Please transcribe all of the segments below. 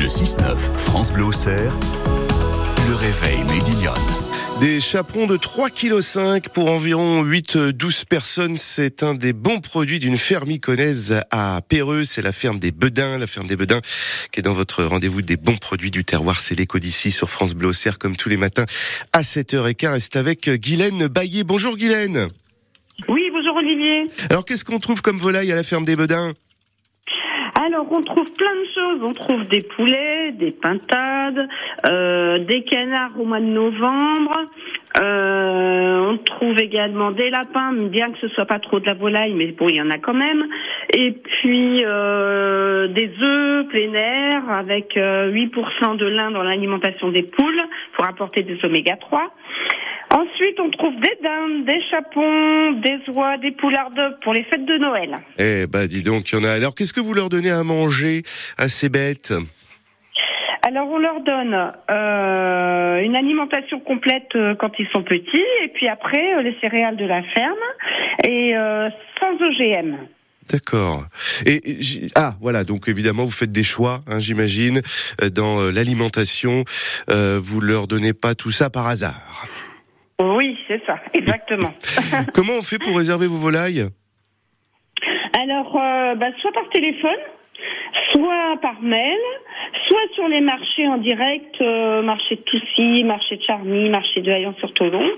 Le 6-9, France Bleu Auxerre, le réveil Made in Lyon. Des chaperons de 3,5 kg pour environ 8-12 personnes. C'est un des bons produits d'une ferme iconaise à Péreux. C'est la ferme des Bedins. La ferme des Bedins qui est dans votre rendez-vous des bons produits du terroir. C'est l'écho d'ici sur France Bleu Auxerre comme tous les matins à 7h15. Et c'est avec Guylaine Baillet. Bonjour Guylaine. Oui, bonjour Olivier. Alors qu'est-ce qu'on trouve comme volaille à la ferme des Bedins ? Alors, on trouve plein de choses. On trouve des poulets, des pintades, des canards au mois de novembre. On trouve également des lapins, bien que ce soit pas trop de la volaille, mais bon, il y en a quand même. Et puis, des œufs plein air avec 8% de lin dans l'alimentation des poules pour apporter des oméga 3. Ensuite, on trouve des dindes, des chapons, des oies, des poulardes pour les fêtes de Noël. Eh ben, dis donc, il y en a. Alors, qu'est-ce que vous leur donnez à manger à ces bêtes ? Alors, on leur donne une alimentation complète quand ils sont petits, et puis après, les céréales de la ferme, et sans OGM. D'accord. Voilà, donc évidemment vous faites des choix, j'imagine, dans l'alimentation. Vous leur donnez pas tout ça par hasard. Oui, c'est ça, exactement. Comment on fait pour réserver vos volailles ? Alors, soit par téléphone, soit par mail, soit sur les marchés en direct, marché de Toussy, marché de Charny, marché de Haillons-sur-Tholon,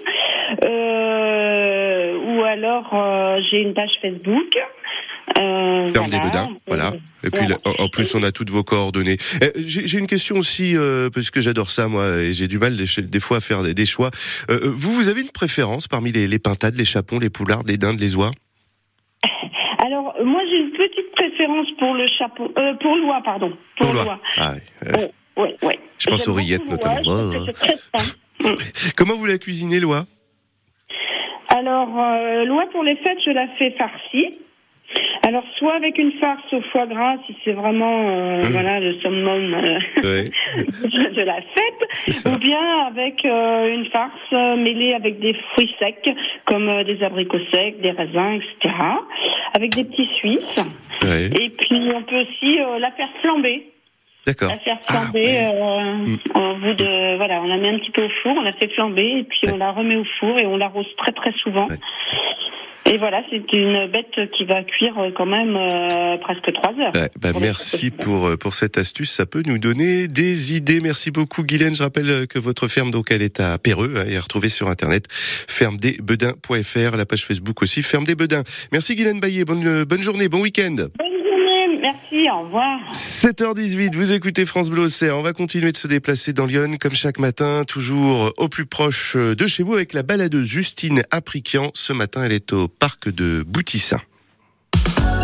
ou alors j'ai une page Facebook. Ferme des Bedins, voilà. Et puis en plus on a toutes vos coordonnées. J'ai une question aussi parce que j'adore ça moi et j'ai du mal des fois à faire des choix. Vous avez une préférence parmi les pintades, les chapons, les poulardes, les dindes, les oies ? Alors moi j'ai une petite préférence pour le chapon, pour l'oie pardon. Pour l'oie. Ah ouais. Ouais. Je pense aux rillettes notamment. Je trouve que c'est très fin. Comment vous la cuisinez l'oie ? Alors l'oie pour les fêtes je la fais farcie. Alors, soit avec une farce au foie gras, si c'est vraiment le summum de la fête, ou bien avec une farce mêlée avec des fruits secs, comme des abricots secs, des raisins, etc., avec des petits Suisses. Ouais. Et puis, on peut aussi la faire flamber. D'accord. La faire flamber au bout de... Voilà, on la met un petit peu au four, on la fait flamber, et puis on la remet au four et on l'arrose très très souvent. Ouais. Et voilà, c'est une bête qui va cuire quand même presque 3 heures. Merci pour cette astuce, ça peut nous donner des idées. Merci beaucoup Guylaine, je rappelle que votre ferme donc elle est à Péreux et à retrouver sur internet fermedesbedins.fr, la page Facebook aussi Ferme des Bedins. Merci Guylaine Baillet, bonne journée, bon week-end. Merci, au revoir. 7h18, vous écoutez France Bleu Auxerre. On va continuer de se déplacer dans Lyon comme chaque matin, toujours au plus proche de chez vous avec la baladeuse Justine Apriquian. Ce matin, elle est au parc de Boutissin.